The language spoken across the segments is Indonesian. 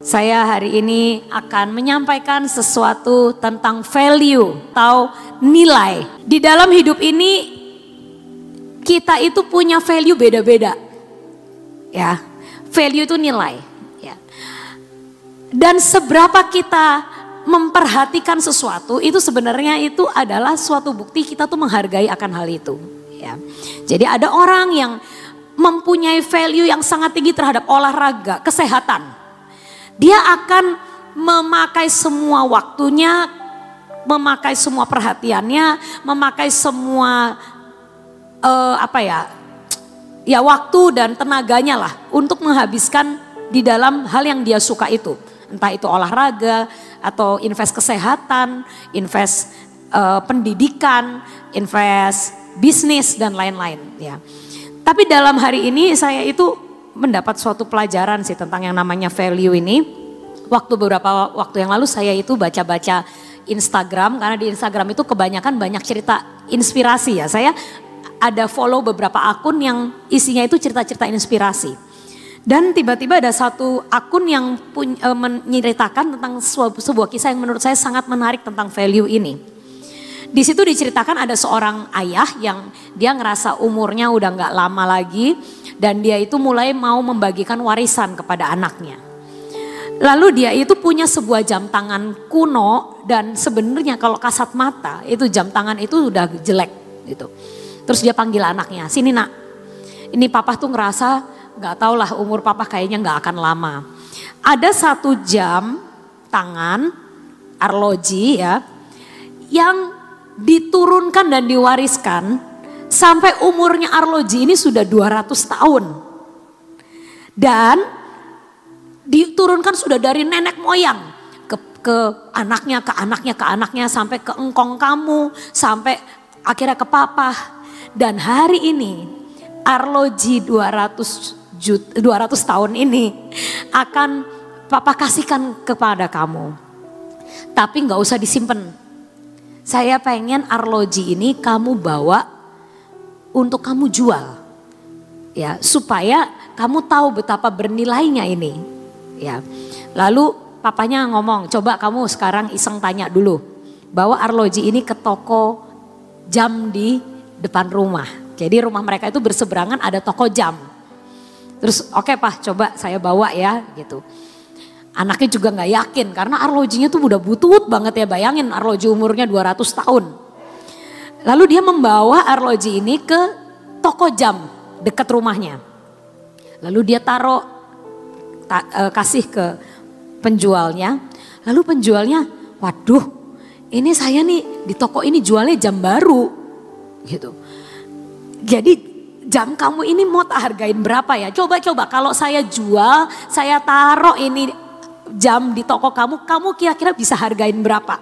Saya hari ini akan menyampaikan sesuatu tentang value atau nilai. Di dalam hidup ini kita itu punya value beda-beda. Ya, value itu nilai. Ya. Dan seberapa kita memperhatikan sesuatu itu sebenarnya itu adalah suatu bukti kita tuh menghargai akan hal itu. Ya. Jadi ada orang yang mempunyai value yang sangat tinggi terhadap olahraga, kesehatan. Dia akan memakai semua waktunya, memakai semua perhatiannya, memakai semua waktu dan tenaganya lah untuk menghabiskan di dalam hal yang dia suka itu. Entah itu olahraga atau invest kesehatan, invest pendidikan, invest bisnis dan lain-lain ya. Tapi dalam hari ini saya itu mendapat suatu pelajaran sih tentang yang namanya value ini. Beberapa waktu yang lalu saya itu baca-baca Instagram, karena di Instagram itu kebanyakan banyak cerita inspirasi ya. Saya ada follow beberapa akun yang isinya itu cerita-cerita inspirasi. Dan tiba-tiba ada satu akun yang menceritakan tentang sebuah kisah yang menurut saya sangat menarik tentang value ini. Di situ diceritakan ada seorang ayah yang dia ngerasa umurnya udah gak lama lagi. Dan dia itu mulai mau membagikan warisan kepada anaknya. Lalu dia itu punya sebuah jam tangan kuno dan sebenarnya kalau kasat mata itu jam tangan itu udah jelek gitu. Terus dia panggil anaknya, sini nak, ini papa tuh ngerasa gak tau lah umur papa kayaknya gak akan lama. Ada satu jam tangan arloji ya yang diturunkan dan diwariskan sampai umurnya arloji ini sudah 200 tahun. Dan diturunkan sudah dari nenek moyang ke anaknya, ke anaknya, ke anaknya sampai ke engkong kamu, sampai akhirnya ke papa. Dan hari ini arloji 200 tahun ini akan papa kasihkan kepada kamu. Tapi gak usah disimpan. Saya pengen arloji ini kamu bawa untuk kamu jual, ya supaya kamu tahu betapa bernilainya ini, ya. Lalu papanya ngomong, coba kamu sekarang iseng tanya dulu, bawa arloji ini ke toko jam di depan rumah. Jadi rumah mereka itu berseberangan ada toko jam. Terus oke pak, coba saya bawa ya, gitu. Anaknya juga nggak yakin karena arlojinya tuh udah butut banget ya, bayangin arloji umurnya 200 tahun. Lalu dia membawa arloji ini ke toko jam dekat rumahnya. Lalu dia kasih ke penjualnya. Lalu penjualnya, waduh ini saya nih di toko ini jualnya jam baru gitu. Jadi jam kamu ini mau tak hargain berapa ya? Coba kalau saya jual, saya taruh ini jam di toko kamu, kamu kira-kira bisa hargain berapa?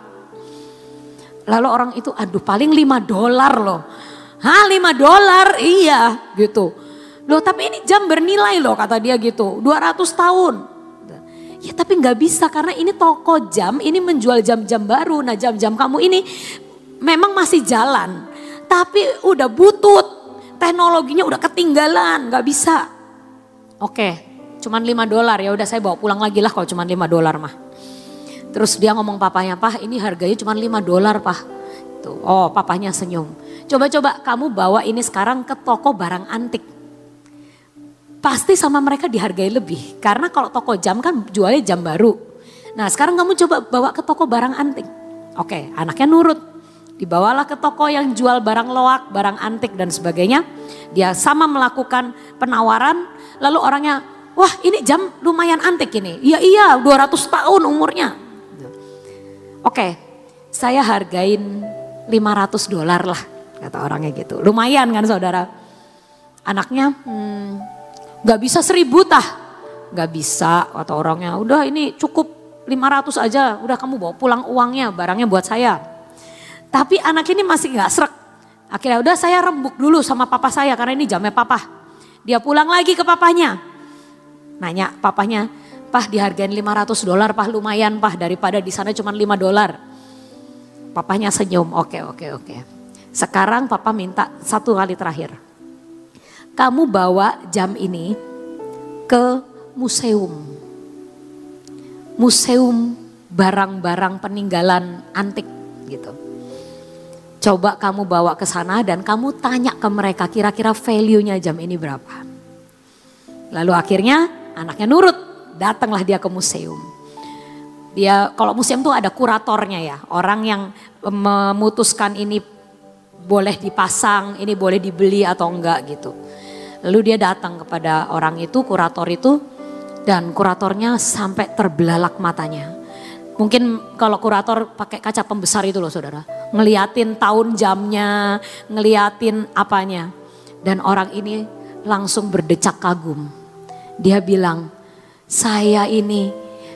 Lalu orang itu aduh paling $5 loh. Hah $5? Iya gitu. Loh tapi ini jam bernilai loh kata dia gitu. 200 tahun. Ya tapi gak bisa karena ini toko jam ini menjual jam-jam baru. Nah jam-jam kamu ini memang masih jalan. Tapi udah butut. Teknologinya udah ketinggalan. Gak bisa. Oke cuman $5 ya udah saya bawa pulang lagi lah kalau cuman $5 mah. Terus dia ngomong papanya, "Pah, ini harganya cuma $5, Pah." Tuh, oh, papanya senyum. Coba kamu bawa ini sekarang ke toko barang antik. Pasti sama mereka dihargai lebih. Karena kalau toko jam kan jualnya jam baru. Nah, sekarang kamu coba bawa ke toko barang antik. Oke, anaknya nurut. Dibawalah ke toko yang jual barang loak, barang antik dan sebagainya. Dia sama melakukan penawaran, lalu orangnya, "Wah, ini jam lumayan antik ini." Iya, 200 tahun umurnya. Oke, saya hargain $500 lah, kata orangnya gitu. Lumayan kan saudara. Anaknya, gak bisa 1.000 tah. Gak bisa, kata orangnya. Udah ini cukup 500 aja, udah kamu bawa pulang uangnya, barangnya buat saya. Tapi anak ini masih gak srek. Akhirnya udah saya rembuk dulu sama papa saya, karena ini jamnya papa. Dia pulang lagi ke papanya. Nanya papanya, "Pah dihargain $500 Pah, lumayan Pah daripada di sana cuma $5. Papanya senyum, oke. Sekarang papa minta satu kali terakhir. Kamu bawa jam ini ke museum. museum barang-barang peninggalan antik gitu. Coba kamu bawa ke sana dan kamu tanya ke mereka kira-kira value-nya jam ini berapa. Lalu akhirnya anaknya nurut, datanglah dia ke museum. Dia kalau museum tuh ada kuratornya ya, orang yang memutuskan ini boleh dipasang, ini boleh dibeli atau enggak gitu. Lalu dia datang kepada orang itu, kurator itu, dan kuratornya sampai terbelalak matanya. Mungkin kalau kurator pakai kaca pembesar itu loh saudara, ngeliatin tahun jamnya, ngeliatin apanya. Dan orang ini langsung berdecak kagum. Dia bilang, saya ini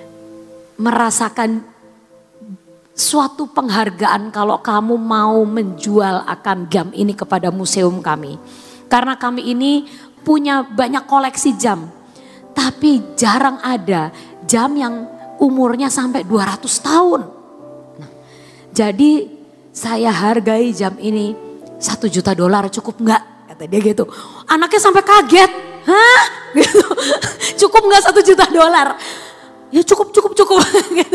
merasakan suatu penghargaan kalau kamu mau menjual akan jam ini kepada museum kami. Karena kami ini punya banyak koleksi jam. Tapi jarang ada jam yang umurnya sampai 200 tahun. Nah, jadi saya hargai jam ini $1 juta cukup nggak? Kata dia gitu. Anaknya sampai kaget. Hah? Gitu. Cukup nggak $1 juta? Ya cukup gitu.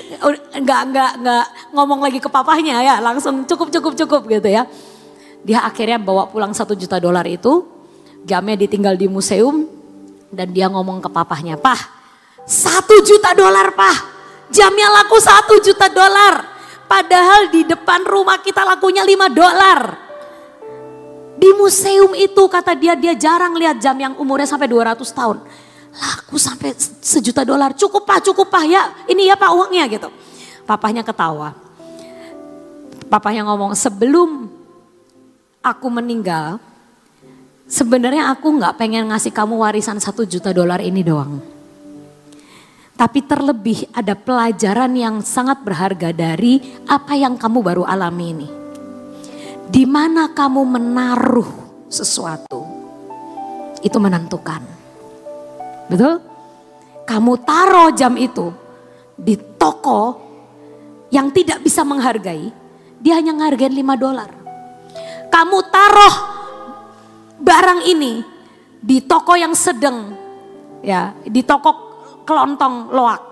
Enggak ngomong lagi ke papahnya ya, langsung cukup gitu ya. Dia akhirnya bawa pulang $1 juta itu, jamnya ditinggal di museum dan dia ngomong ke papahnya, "Pah, $1 juta Pah, jamnya laku $1 juta. Padahal di depan rumah kita lakunya $5. Di museum itu kata dia jarang lihat jam yang umurnya sampai 200 tahun. Laku sampai $1 juta. Cukup pah ya, ini ya pak uangnya gitu." Papahnya ketawa. Papahnya ngomong, "Sebelum aku meninggal, sebenarnya aku gak pengen ngasih kamu warisan $1 juta ini doang. Tapi terlebih ada pelajaran yang sangat berharga dari apa yang kamu baru alami ini. Di mana kamu menaruh sesuatu, itu menentukan. Betul? Kamu taruh jam itu di toko yang tidak bisa menghargai, dia hanya ngehargain $5. Kamu taruh barang ini di toko yang sedang, ya, di toko kelontong loak,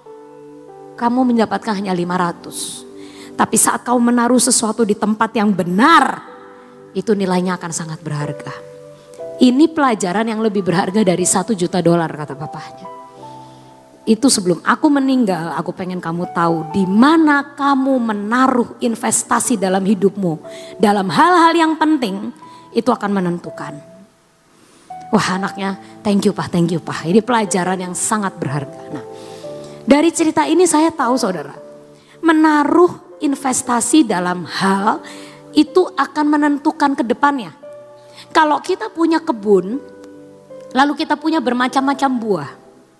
kamu mendapatkan hanya 500. Tapi saat kau menaruh sesuatu di tempat yang benar, itu nilainya akan sangat berharga. Ini pelajaran yang lebih berharga dari $1 juta kata papahnya. Itu sebelum aku meninggal, aku pengen kamu tahu di mana kamu menaruh investasi dalam hidupmu. Dalam hal-hal yang penting, itu akan menentukan. Wah anaknya, thank you Pak. Ini pelajaran yang sangat berharga. Nah, dari cerita ini saya tahu saudara, menaruh investasi dalam hal itu akan menentukan ke depannya. Kalau kita punya kebun, lalu kita punya bermacam-macam buah,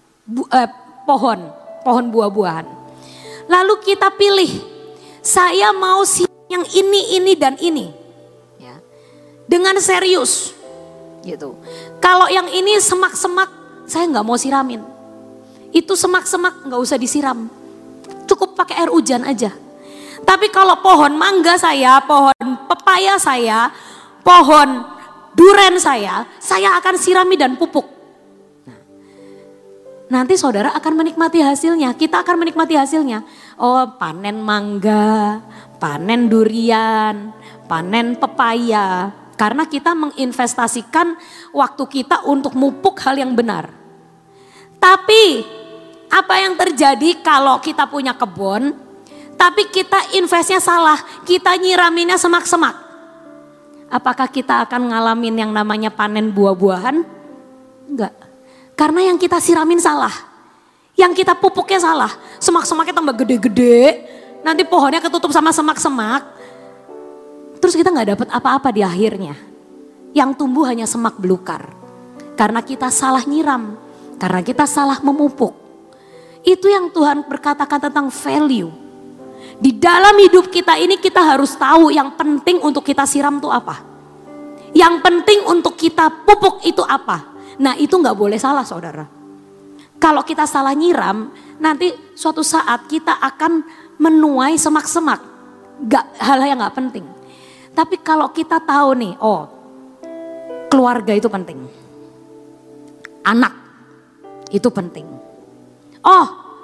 pohon buah-buahan. Lalu kita pilih, saya mau yang ini dan ini. Ya, dengan serius. Gitu. Kalau yang ini semak-semak, saya nggak mau siramin. Itu semak-semak nggak usah disiram, cukup pakai air hujan aja. Tapi kalau pohon mangga saya, pohon pepaya saya, pohon duren saya akan sirami dan pupuk. Nanti saudara akan menikmati hasilnya, kita akan menikmati hasilnya. Oh panen mangga, panen durian, panen pepaya. Karena kita menginvestasikan waktu kita untuk mupuk hal yang benar. Tapi apa yang terjadi kalau kita punya kebun, tapi kita investnya salah, kita nyiraminnya semak-semak. Apakah kita akan ngalamin yang namanya panen buah-buahan? Enggak. Karena yang kita siramin salah. Yang kita pupuknya salah. Semak-semaknya tambah gede-gede, nanti pohonnya ketutup sama semak-semak. Terus kita gak dapat apa-apa di akhirnya. Yang tumbuh hanya semak belukar. Karena kita salah nyiram. Karena kita salah memupuk. Itu yang Tuhan berkatakan tentang value. Di dalam hidup kita ini kita harus tahu yang penting untuk kita siram itu apa. Yang penting untuk kita pupuk itu apa. Nah itu gak boleh salah saudara. Kalau kita salah nyiram, nanti suatu saat kita akan menuai semak-semak. Hal yang gak penting. Tapi kalau kita tahu nih, oh keluarga itu penting. Anak itu penting. Oh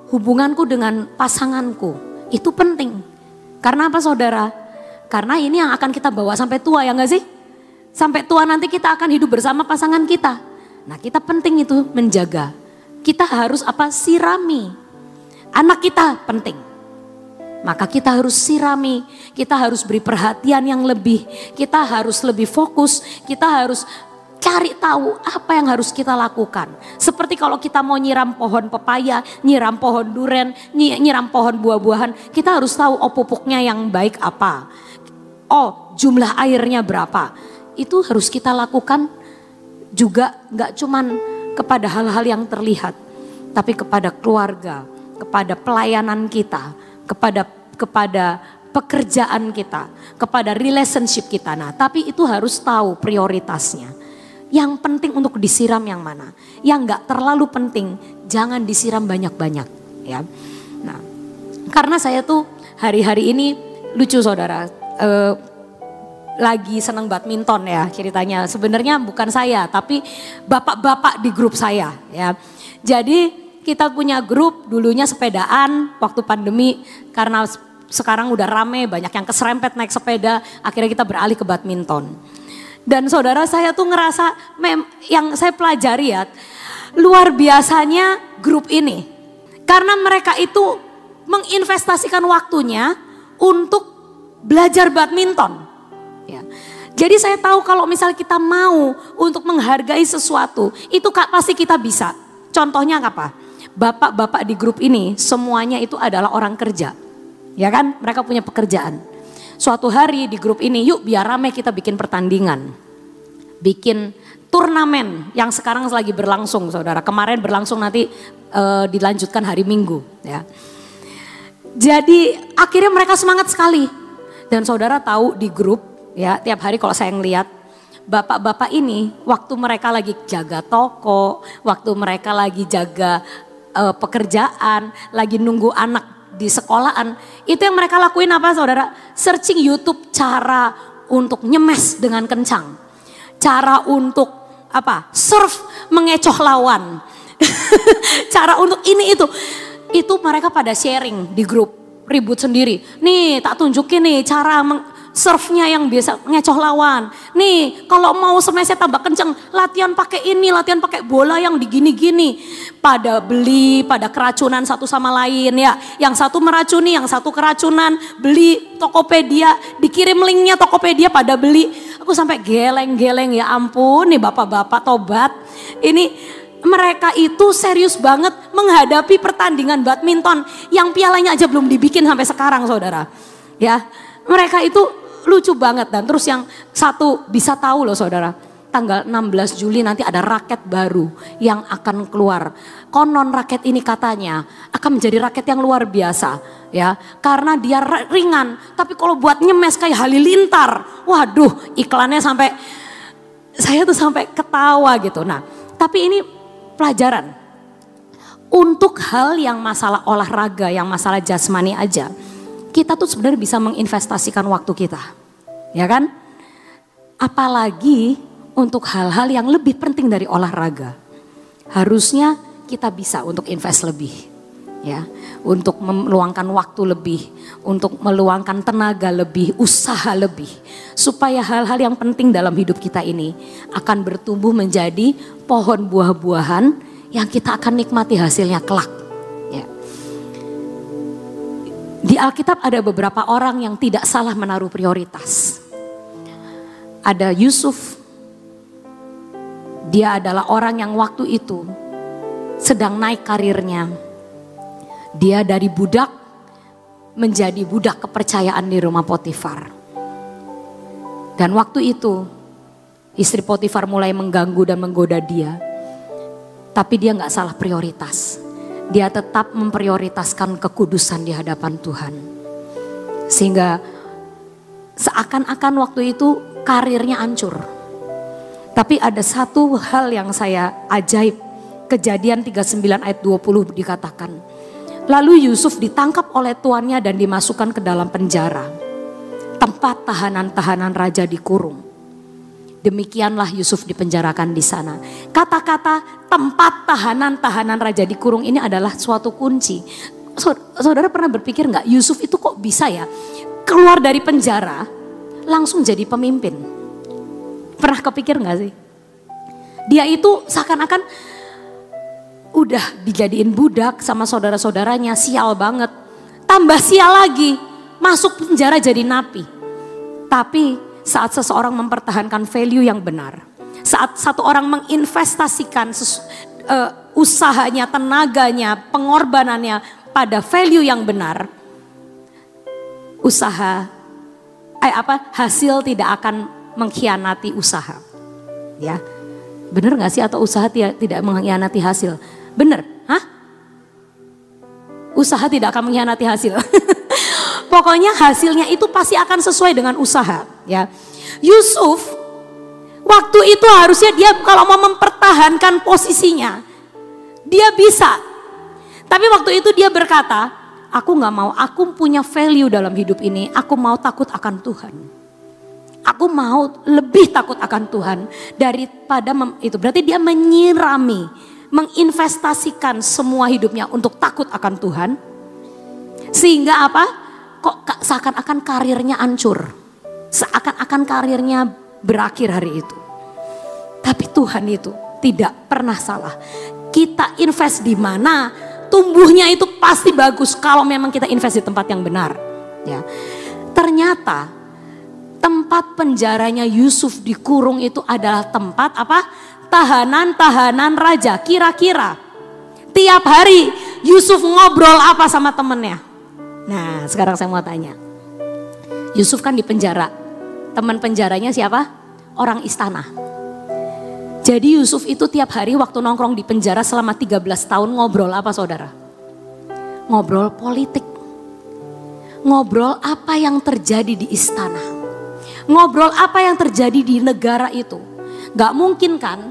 hubunganku dengan pasanganku itu penting. Karena apa saudara? Karena ini yang akan kita bawa sampai tua, ya enggak sih? Sampai tua nanti kita akan hidup bersama pasangan kita. Nah, kita penting itu menjaga. Kita harus apa? Sirami. Anak kita penting. Maka kita harus sirami, kita harus beri perhatian yang lebih, kita harus lebih fokus, kita harus cari tahu apa yang harus kita lakukan. Seperti kalau kita mau nyiram pohon pepaya, nyiram pohon duren, nyiram pohon buah-buahan, kita harus tahu pupuknya yang baik apa. Jumlah airnya berapa. Itu harus kita lakukan juga, gak cuman kepada hal-hal yang terlihat, tapi kepada keluarga, kepada pelayanan kita, kepada pekerjaan kita, kepada relationship kita. Nah, tapi itu harus tahu prioritasnya. Yang penting untuk disiram yang mana, yang gak terlalu penting jangan disiram banyak-banyak, ya. Nah, karena saya tuh hari-hari ini lucu saudara, lagi senang badminton ya ceritanya. Sebenarnya bukan saya, tapi bapak-bapak di grup saya, ya. Jadi kita punya grup dulunya sepedaan waktu pandemi, karena sekarang udah rame, banyak yang keserempet naik sepeda, akhirnya kita beralih ke badminton. Dan saudara, saya tuh ngerasa yang saya pelajari ya, luar biasanya grup ini. Karena mereka itu menginvestasikan waktunya untuk belajar badminton. Ya. Jadi saya tahu kalau misal kita mau untuk menghargai sesuatu, itu pasti kita bisa. Contohnya apa? Bapak-bapak di grup ini semuanya itu adalah orang kerja. Ya kan? Mereka punya pekerjaan. Suatu hari di grup ini, yuk biar rame kita bikin pertandingan. Bikin turnamen yang sekarang lagi berlangsung saudara. Kemarin berlangsung, nanti dilanjutkan hari Minggu. Ya. Jadi akhirnya mereka semangat sekali. Dan saudara tahu di grup, ya tiap hari kalau saya ngeliat, bapak-bapak ini waktu mereka lagi jaga toko, waktu mereka lagi jaga pekerjaan, lagi nunggu anak di sekolahan, itu yang mereka lakuin apa saudara? Searching YouTube cara untuk nyemes dengan kencang, cara untuk apa? Serve mengecoh lawan, cara untuk ini itu mereka pada sharing di grup, ribut sendiri. Nih tak tunjukin nih cara serve-nya yang biasa ngecoh lawan. Nih kalau mau semesnya tambah kenceng, latihan pakai ini, latihan pakai bola yang digini-gini. Pada beli, pada keracunan satu sama lain ya. Yang satu meracuni, yang satu keracunan. Beli Tokopedia, dikirim linknya Tokopedia pada beli. Aku sampai geleng-geleng, ya ampun nih bapak-bapak tobat. Ini mereka itu serius banget menghadapi pertandingan badminton yang pialanya aja belum dibikin sampai sekarang saudara. Ya, mereka itu lucu banget. Dan terus yang satu bisa tahu loh saudara, tanggal 16 Juli nanti ada raket baru yang akan keluar. Konon raket ini katanya akan menjadi raket yang luar biasa ya, karena dia ringan, tapi kalau buat nyemes kayak halilintar, waduh iklannya sampai saya tuh sampai ketawa gitu. Nah, tapi ini pelajaran untuk hal yang masalah olahraga, yang masalah jasmani aja. Kita tuh sebenarnya bisa menginvestasikan waktu kita, ya kan? Apalagi untuk hal-hal yang lebih penting dari olahraga. Harusnya kita bisa untuk invest lebih, ya, untuk meluangkan waktu lebih, untuk meluangkan tenaga lebih, usaha lebih, supaya hal-hal yang penting dalam hidup kita ini akan bertumbuh menjadi pohon buah-buahan yang kita akan nikmati hasilnya kelak. Di Alkitab ada beberapa orang yang tidak salah menaruh prioritas. Ada Yusuf, dia adalah orang yang waktu itu sedang naik karirnya. Dia dari budak menjadi budak kepercayaan di rumah Potifar. Dan waktu itu istri Potifar mulai mengganggu dan menggoda dia. Tapi dia gak salah prioritas. Dia tetap memprioritaskan kekudusan di hadapan Tuhan. Sehingga seakan-akan waktu itu karirnya hancur. Tapi ada satu hal yang saya ajaib. Kejadian 39 ayat 20 dikatakan. Lalu Yusuf ditangkap oleh tuannya dan dimasukkan ke dalam penjara. Tempat tahanan-tahanan raja dikurung. Demikianlah Yusuf dipenjarakan di sana. Kata-kata tempat tahanan raja dikurung ini adalah suatu kunci. Saudara pernah berpikir nggak, Yusuf itu kok bisa ya keluar dari penjara langsung jadi pemimpin? Pernah kepikir nggak sih? Dia itu seakan-akan udah dijadiin budak sama saudara-saudaranya, sial banget. Tambah sial lagi, masuk penjara jadi napi. Tapi saat seseorang mempertahankan value yang benar, saat satu orang menginvestasikan usahanya, tenaganya, pengorbanannya pada value yang benar, hasil tidak akan mengkhianati usaha. Ya, benar nggak sih? Atau usaha tidak mengkhianati hasil? Benar? Hah? Usaha tidak akan mengkhianati hasil. Pokoknya hasilnya itu pasti akan sesuai dengan usaha. Ya, Yusuf waktu itu harusnya dia kalau mau mempertahankan posisinya, dia bisa. Tapi waktu itu dia berkata, aku gak mau, aku punya value dalam hidup ini, aku mau takut akan Tuhan. Aku mau lebih takut akan Tuhan daripada itu. Berarti dia menyirami, menginvestasikan semua hidupnya untuk takut akan Tuhan. Sehingga apa? Kok seakan-akan karirnya hancur. Seakan-akan karirnya berakhir hari itu. Tapi Tuhan itu tidak pernah salah. Kita invest di mana, tumbuhnya itu pasti bagus kalau memang kita invest di tempat yang benar. Ya. Ternyata tempat penjaranya Yusuf dikurung itu adalah tempat apa? Tahanan raja. Kira-kira tiap hari Yusuf ngobrol apa sama temennya? Nah, sekarang saya mau tanya. Yusuf kan di penjara. Teman penjaranya siapa? Orang istana. Jadi Yusuf itu tiap hari waktu nongkrong di penjara selama 13 tahun ngobrol apa saudara? Ngobrol politik. Ngobrol apa yang terjadi di istana. Ngobrol apa yang terjadi di negara itu. Gak mungkin kan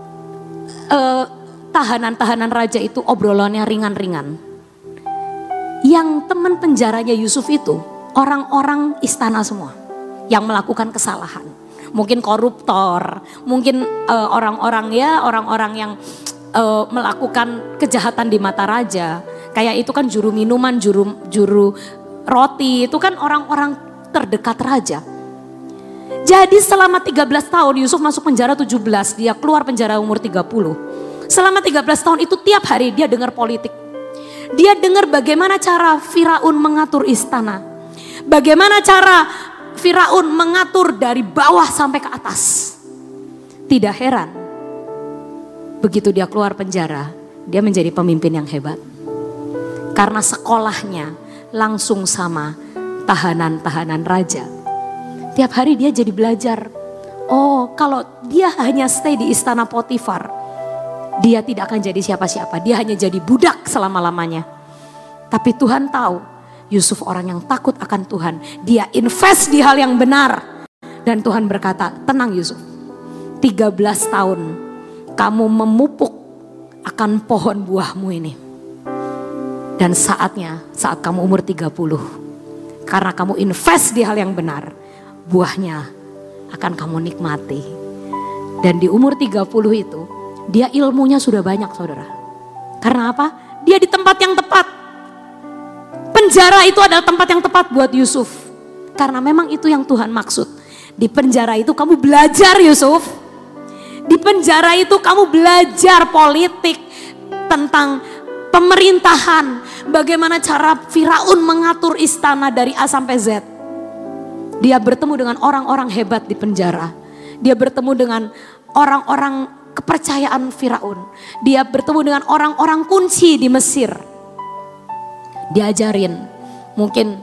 tahanan-tahanan raja itu obrolannya ringan-ringan. Yang teman penjaranya Yusuf itu orang-orang istana semua yang melakukan kesalahan. Mungkin koruptor, mungkin orang-orang yang melakukan kejahatan di mata raja. Kayak itu kan juru minuman, juru roti, itu kan orang-orang terdekat raja. Jadi selama 13 tahun Yusuf masuk penjara 17, dia keluar penjara umur 30. Selama 13 tahun itu tiap hari dia dengar politik. Dia dengar bagaimana cara Firaun mengatur istana. Bagaimana cara Firaun mengatur dari bawah sampai ke atas. Tidak heran, begitu dia keluar penjara, dia menjadi pemimpin yang hebat. Karena sekolahnya langsung sama tahanan-tahanan raja. Tiap hari dia jadi belajar. Oh, kalau dia hanya stay di istana Potifar, dia tidak akan jadi siapa-siapa. Dia hanya jadi budak selama-lamanya. Tapi Tuhan tahu, Yusuf orang yang takut akan Tuhan. Dia invest di hal yang benar. Dan Tuhan berkata, tenang Yusuf. 13 tahun kamu memupuk akan pohon buahmu ini. Dan saatnya saat kamu umur 30. Karena kamu invest di hal yang benar. Buahnya akan kamu nikmati. Dan di umur 30 itu dia ilmunya sudah banyak saudara. Karena apa? Dia di tempat yang tepat. Penjara itu adalah tempat yang tepat buat Yusuf. Karena memang itu yang Tuhan maksud. Di penjara itu kamu belajar Yusuf. Di penjara itu kamu belajar politik. Tentang pemerintahan. Bagaimana cara Firaun mengatur istana dari A sampai Z. Dia bertemu dengan orang-orang hebat di penjara. Dia bertemu dengan orang-orang kepercayaan Firaun. Dia bertemu dengan orang-orang kunci di Mesir. Diajarin, mungkin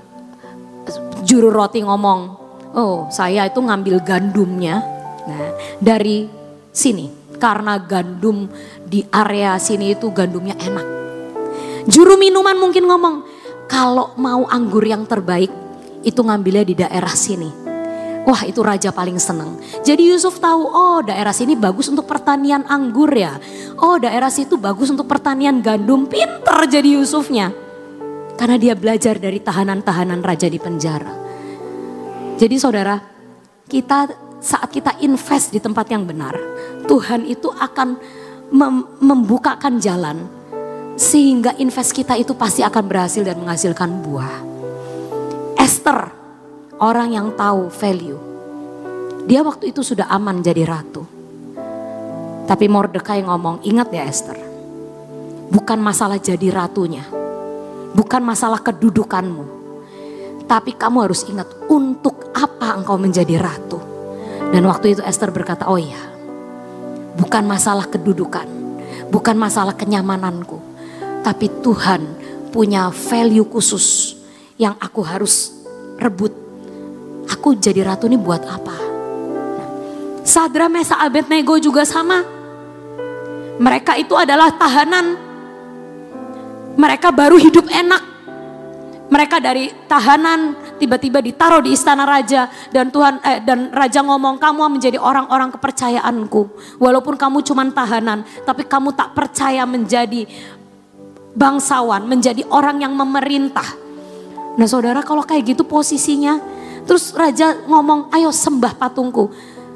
juru roti ngomong, oh saya itu ngambil gandumnya dari sini. Karena gandum di area sini itu gandumnya enak. Juru minuman mungkin ngomong, kalau mau anggur yang terbaik itu ngambilnya di daerah sini. Wah itu raja paling seneng. Jadi Yusuf tahu, oh daerah sini bagus untuk pertanian anggur ya. Oh daerah situ bagus untuk pertanian gandum. Pinter jadi Yusufnya. Karena dia belajar dari tahanan-tahanan raja di penjara. Jadi saudara, saat kita invest di tempat yang benar, Tuhan itu akan membukakan jalan sehingga invest kita itu pasti akan berhasil dan menghasilkan buah. Esther, orang yang tahu value. Dia waktu itu sudah aman jadi ratu. Tapi Mordekai ngomong, ingat ya Esther, bukan masalah jadi ratunya, bukan masalah kedudukanmu, tapi kamu harus ingat untuk apa engkau menjadi ratu. Dan waktu itu Esther berkata, oh iya, bukan masalah kedudukan, bukan masalah kenyamananku, tapi Tuhan punya value khusus yang aku harus rebut. Aku jadi ratu ini buat apa? Nah, Sadra, Mesa, Abednego juga sama. Mereka itu adalah tahanan. Mereka baru hidup enak. Mereka dari tahanan tiba-tiba ditaruh di istana raja, dan dan raja ngomong, kamu menjadi orang-orang kepercayaanku. Walaupun kamu cuma tahanan, tapi kamu tak percaya menjadi bangsawan, menjadi orang yang memerintah. Nah saudara, kalau kayak gitu posisinya, terus raja ngomong, ayo sembah patungku.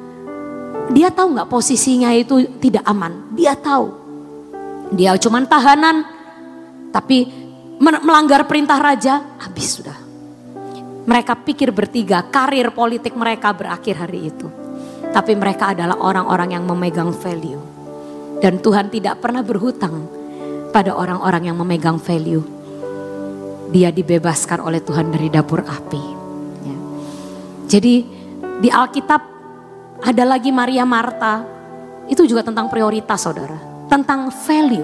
Dia tahu nggak posisinya itu tidak aman? Dia tahu. Dia cuma tahanan, tapi melanggar perintah raja, habis sudah. Mereka pikir bertiga, karir politik mereka berakhir hari itu. Tapi mereka adalah orang-orang yang memegang value. Dan Tuhan tidak pernah berhutang pada orang-orang yang memegang value. Dia dibebaskan oleh Tuhan dari dapur api. Ya. Jadi di Alkitab ada lagi Maria Marta. Itu juga tentang prioritas saudara. Tentang value.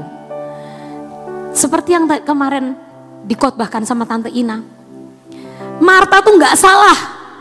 Seperti yang kemarin dikotbahkan sama Tante Ina. Marta tuh gak salah.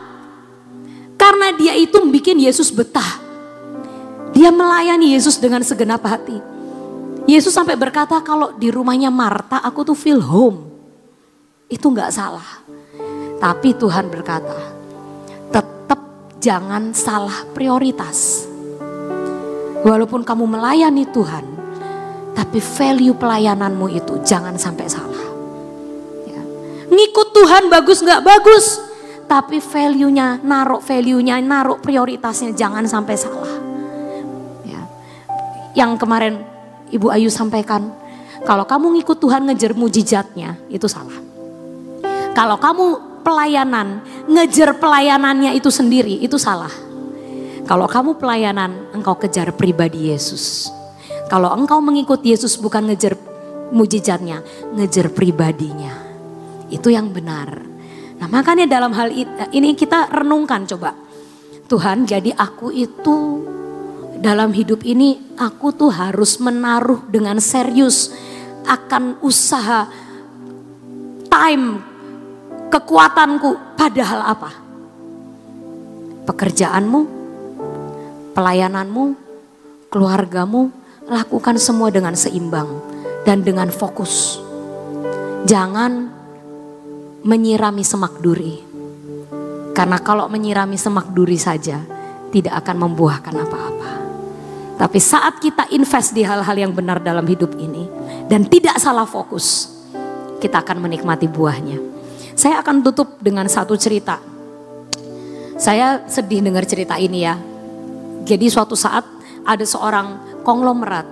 Karena dia itu bikin Yesus betah. Dia melayani Yesus dengan segenap hati. Yesus sampai berkata, kalau di rumahnya Marta aku tuh feel home. Itu gak salah. Tapi Tuhan berkata, tetap jangan salah prioritas. Walaupun kamu melayani Tuhan, tapi value pelayananmu itu jangan sampai salah. Ya. Ngikut Tuhan bagus gak bagus, tapi value-nya, naruh prioritasnya jangan sampai salah. Ya. Yang kemarin Ibu Ayu sampaikan, kalau kamu ngikut Tuhan ngejar mujizatnya, itu salah. Kalau kamu pelayanan, ngejar pelayanannya itu sendiri, itu salah. Kalau kamu pelayanan, engkau kejar pribadi Yesus. Kalau engkau mengikuti Yesus bukan ngejar mujizatnya, ngejar pribadinya. Itu yang benar. Nah makanya dalam hal ini kita renungkan coba. Tuhan, jadi aku itu dalam hidup ini aku tuh harus menaruh dengan serius akan usaha, time, kekuatanku padahal apa? Pekerjaanmu, pelayananmu, keluargamu, lakukan semua dengan seimbang dan dengan fokus. Jangan menyirami semak duri. Karena kalau menyirami semak duri saja tidak akan membuahkan apa-apa. Tapi saat kita invest di hal-hal yang benar dalam hidup ini dan tidak salah fokus, kita akan menikmati buahnya. Saya akan tutup dengan satu cerita. Saya sedih dengar cerita ini ya. Jadi suatu saat ada seorang konglomerat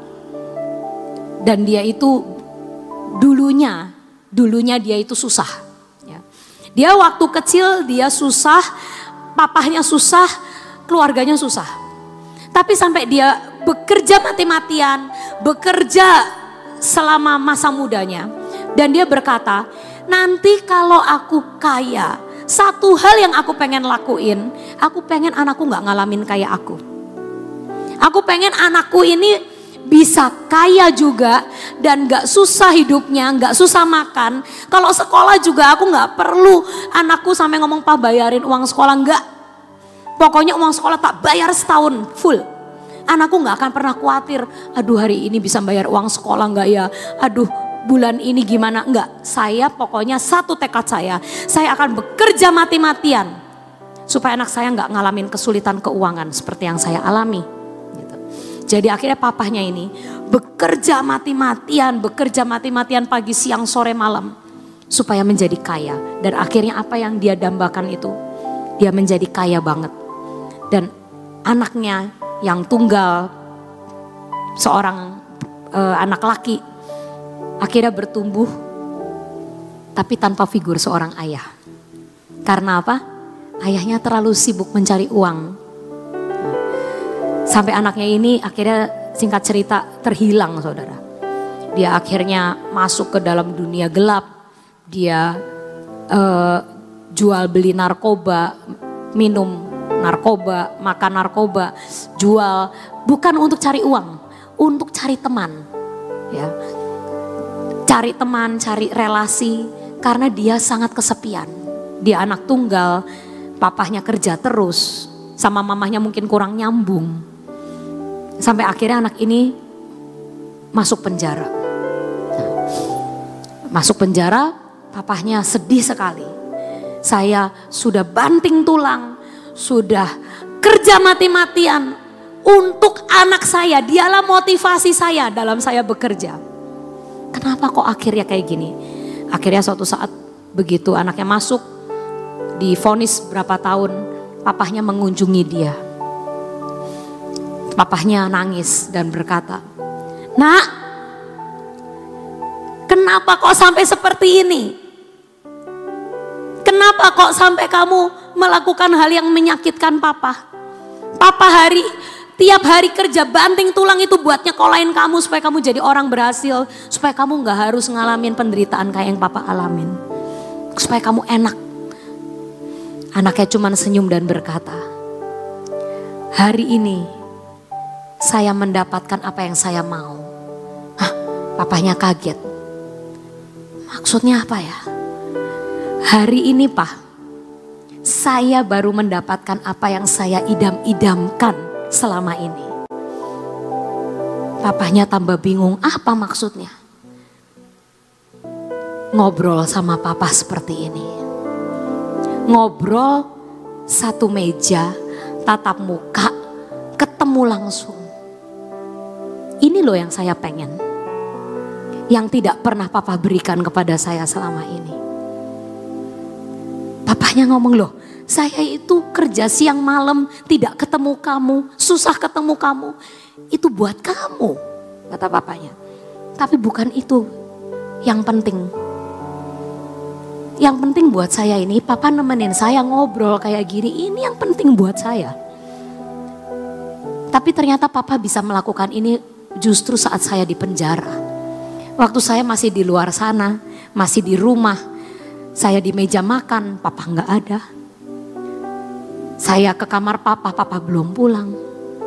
dan dia itu dulunya dia itu susah. Ya. Dia waktu kecil dia susah, papahnya susah, keluarganya susah. Tapi sampai dia bekerja mati-matian, bekerja selama masa mudanya. Dan dia berkata, nanti kalau aku kaya, satu hal yang aku pengen lakuin, aku pengen anakku gak ngalamin kayak aku. Aku pengen anakku ini bisa kaya juga dan gak susah hidupnya, gak susah makan. Kalau sekolah juga aku gak perlu anakku sampai ngomong, Pak bayarin uang sekolah, enggak. Pokoknya uang sekolah tak bayar setahun full. Anakku gak akan pernah khawatir, aduh hari ini bisa bayar uang sekolah gak ya, aduh bulan ini gimana, enggak. Saya pokoknya satu tekad saya akan bekerja mati-matian supaya anak saya gak ngalamin kesulitan keuangan seperti yang saya alami. Gitu. Jadi akhirnya papahnya ini bekerja mati-matian pagi, siang, sore, malam supaya menjadi kaya. Dan akhirnya apa yang dia dambakan itu, dia menjadi kaya banget. Dan anaknya yang tunggal seorang anak laki akhirnya bertumbuh tapi tanpa figur seorang ayah. Karena apa? Ayahnya terlalu sibuk mencari uang. Sampai anaknya ini akhirnya singkat cerita terhilang, saudara. Dia akhirnya masuk ke dalam dunia gelap. Dia jual beli narkoba, minum narkoba, makan narkoba, jual. Bukan untuk cari uang, untuk cari teman. Ya. Cari teman, cari relasi, karena dia sangat kesepian. Dia anak tunggal, papahnya kerja terus, sama mamahnya mungkin kurang nyambung. Sampai akhirnya anak ini masuk penjara. Masuk penjara, papahnya sedih sekali. Saya sudah banting tulang, sudah kerja mati-matian untuk anak saya. Dialah motivasi saya dalam saya bekerja. Kenapa kok akhirnya kayak gini? Akhirnya suatu saat begitu anaknya masuk, divonis berapa tahun, papahnya mengunjungi dia. Papahnya nangis dan berkata, "Nak, kenapa kok sampai seperti ini? Kenapa kok sampai kamu melakukan hal yang menyakitkan papa? Papa tiap hari kerja banting tulang itu buat nyekolahin kamu supaya kamu jadi orang berhasil. Supaya kamu gak harus ngalamin penderitaan kayak yang papa alamin. Supaya kamu enak." Anaknya cuma senyum dan berkata, "Hari ini saya mendapatkan apa yang saya mau." Hah, papahnya kaget. Maksudnya apa ya? Hari ini Pak, saya baru mendapatkan apa yang saya idam-idamkan selama ini. Papahnya tambah bingung, apa maksudnya? Ngobrol sama papa seperti ini. Ngobrol satu meja, tatap muka, ketemu langsung. Ini loh yang saya pengen. Yang tidak pernah papa berikan kepada saya selama ini. Papahnya ngomong, "Loh, saya itu kerja siang malam tidak ketemu kamu, susah ketemu kamu. Itu buat kamu," kata papanya. "Tapi bukan itu yang penting. Yang penting buat saya ini, papa nemenin saya ngobrol kayak gini, ini yang penting buat saya." Tapi ternyata papa bisa melakukan ini justru saat saya di penjara. Waktu saya masih di luar sana, masih di rumah, saya di meja makan, papa nggak ada. Saya ke kamar papa, papa belum pulang.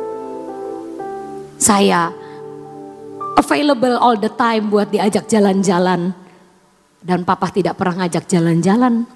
Saya available all the time buat diajak jalan-jalan. Dan papa tidak pernah ngajak jalan-jalan.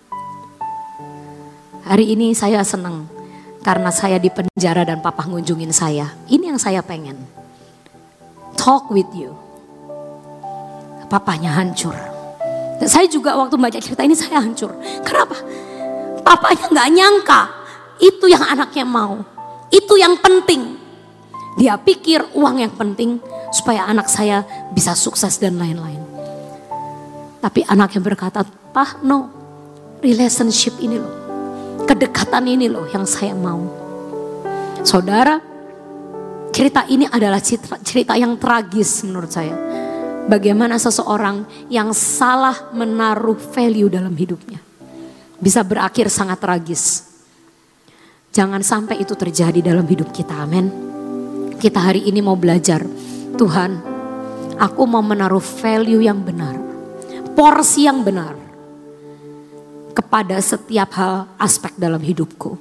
Hari ini saya senang karena saya di penjara dan papa ngunjungin saya. Ini yang saya pengen. Talk with you. Papanya hancur. Dan saya juga waktu baca cerita ini saya hancur. Kenapa? Papanya gak nyangka itu yang anaknya mau. Itu yang penting. Dia pikir uang yang penting supaya anak saya bisa sukses dan lain-lain. Tapi anaknya berkata, "Pak, no, relationship ini loh. Kedekatan ini loh yang saya mau." Saudara, cerita ini adalah cerita yang tragis menurut saya. Bagaimana seseorang yang salah menaruh value dalam hidupnya bisa berakhir sangat tragis. Jangan sampai itu terjadi dalam hidup kita, amin. Kita hari ini mau belajar, Tuhan, aku mau menaruh value yang benar, porsi yang benar kepada setiap hal aspek dalam hidupku.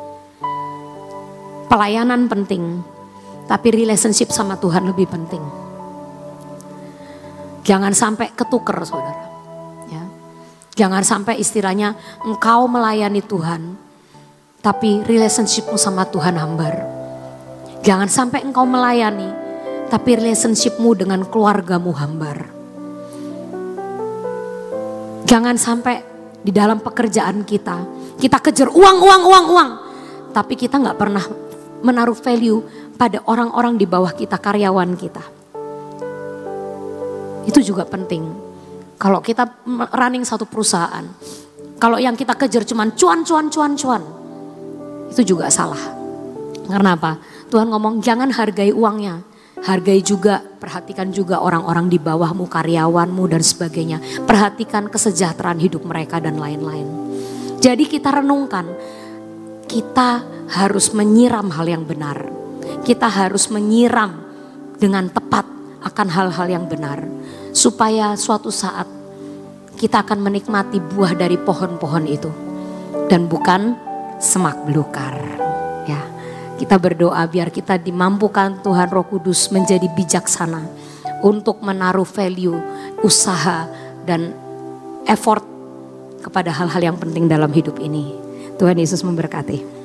Pelayanan penting, tapi relationship sama Tuhan lebih penting. Jangan sampai ketuker, saudara. Ya. Jangan sampai istilahnya engkau melayani Tuhan, tapi relationshipmu sama Tuhan hambar. Jangan sampai engkau melayani, tapi relationshipmu dengan keluargamu hambar. Jangan sampai di dalam pekerjaan kita kejar uang, tapi kita gak pernah menaruh value pada orang-orang di bawah kita, karyawan kita. Itu juga penting. Kalau kita running satu perusahaan, kalau yang kita kejar cuman cuan, itu juga salah. Karena apa? Tuhan ngomong jangan hargai uangnya, Hargai juga, perhatikan juga orang-orang di bawahmu, karyawanmu dan sebagainya. Perhatikan kesejahteraan hidup mereka dan lain-lain. Jadi kita renungkan, kita harus menyiram hal yang benar. Kita harus menyiram dengan tepat akan hal-hal yang benar. Supaya suatu saat kita akan menikmati buah dari pohon-pohon itu. Dan bukan semak belukar. Ya. Kita berdoa biar kita dimampukan Tuhan Roh Kudus menjadi bijaksana untuk menaruh value, usaha dan effort kepada hal-hal yang penting dalam hidup ini. Tuhan Yesus memberkati.